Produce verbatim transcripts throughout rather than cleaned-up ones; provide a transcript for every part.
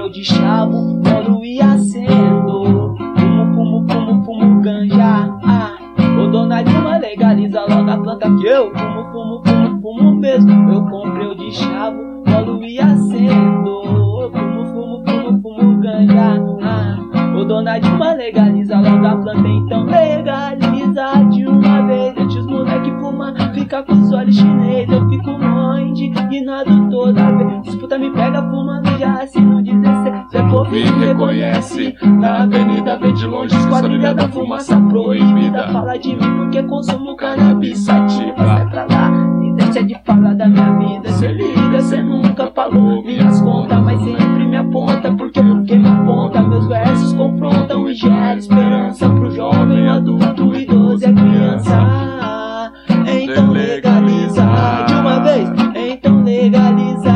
eu de chavo, moro e acendo. Fumo, fumo, fumo, fumo ganja. Ah, ô dona Dilma, legaliza logo a planta que eu fumo, fumo, fumo, fumo mesmo. Eu comprei o de chavo, moro e acendo. Fumo, fumo, fumo, fumo ganja. Ah, ô dona Dilma, legaliza logo a planta, então legaliza de uma vez. Deixa os moleque fumar, fica com os olhos chinês. Eu fico mãe indignado toda vez. Disputa me pega fumando, já assino dezesseis. Cê povo me reconhece na avenida, vem de longe, esquadrilha da fumaça proibida. Fala de mim porque consumo cannabis sativa. Sai pra lá e deixa de falar da minha vida. Cê liga, cê nunca pagou minhas contas, mas sempre me aponta, porque porque me aponta. Meus versos confrontam e gera esperança pro jovem, adulto, idoso e a criança. Então legaliza de uma vez, então legaliza,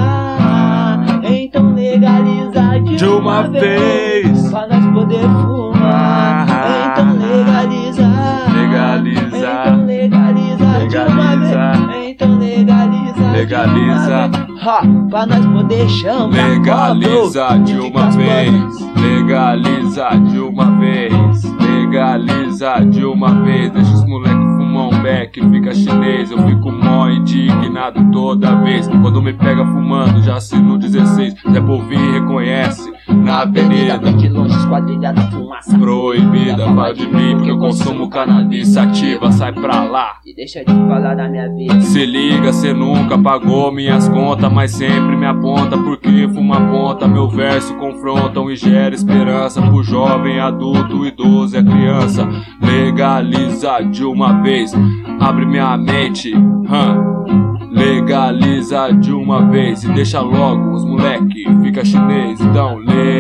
então legaliza de, de uma vez, vez, pra nós poder fumar. Ah, então legaliza, legaliza, então legaliza, legaliza de uma vez, então legaliza, legaliza, ha, pra nós poder chamar. Legaliza de uma vez, legaliza de uma vez, legaliza de uma vez. Deixa os moleques fumar um beck, fica chinês. Eu fico mó indignado toda vez. Quando me pega fumando, já assino dezesseis. Zé Povinho reconhece na avenida, vem de longe, esquadrilha da fumaça proibida. Fala de mim porque eu consumo cannabis sativa. Sai pra lá e deixa de falar da minha vida. Se liga, cê nunca pagou minhas contas, mas sempre me aponta, porque fuma ponta. Meu verso confrontam e gera esperança pro jovem, adulto, idoso e a criança. Legaliza de uma vez, abre minha mente, hum. Legaliza de uma vez e deixa logo os moleque fica chinês. Então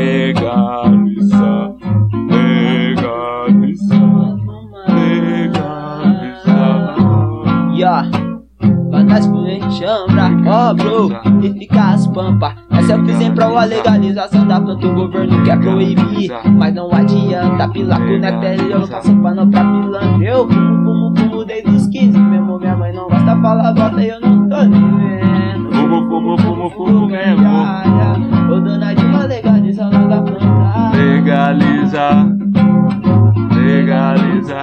legaliza, legaliza, legaliza. Yeah, pra nós poder chambra, ó bro, e fica as pampa. Essa eu fiz em prol a legalização da planta. O governo quer proibir, mas não adianta. Pilaco não é pele, eu não passo pano pra pilantra. Eu fumo, fumo, fumo desde os quinze. Mesmo minha mãe não gosta, fala bosta e eu não tô nem vendo. Fumo, fumo, fumo, fumo mesmo. Ô dona Dilma, legaliza logo a planta. Legaliza, legaliza.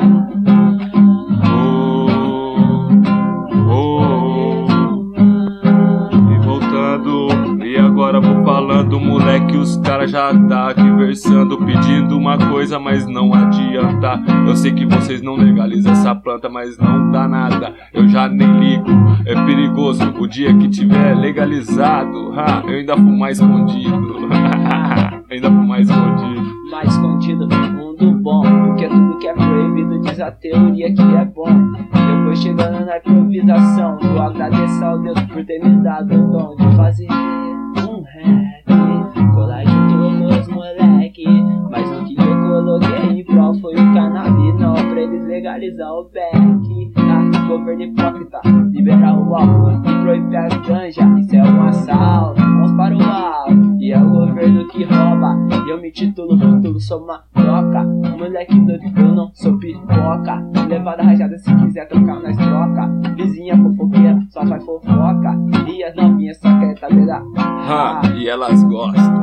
Oh, oh, oh. E voltando, e agora vou falando, moleque, os caras já tá aqui versando, pedindo uma coisa, mas não adianta. Eu sei que vocês não legalizam essa planta, mas não dá nada, eu já nem ligo. É perigoso o dia que tiver legalizado, ha, eu ainda fumar escondido. Ainda fumar escondido. Mais escondido no mundo bom, porque tudo que é proibido diz a teoria que é bom. Eu vou chegando na improvisação, vou agradecer ao Deus por ter me dado o dom de fazer um rap, colar de todos os moleque. Mas o que eu coloquei em prol foi o cannabis, não pra eles legalizar o beck. Ah, governo hipócrita, liberar o álcool e proibir as ganja, isso é um assalto. Vamos para o alto, e é o governo que rouba. Eu me titulo, rótulo, sou uma troca. Moleque doido, eu não sou pipoca. Levada rajada, se quiser trocar, nós troca. Vizinha fofoqueira, só faz fofoca. E as novinhas só querem tabela. Ha, e elas gostam.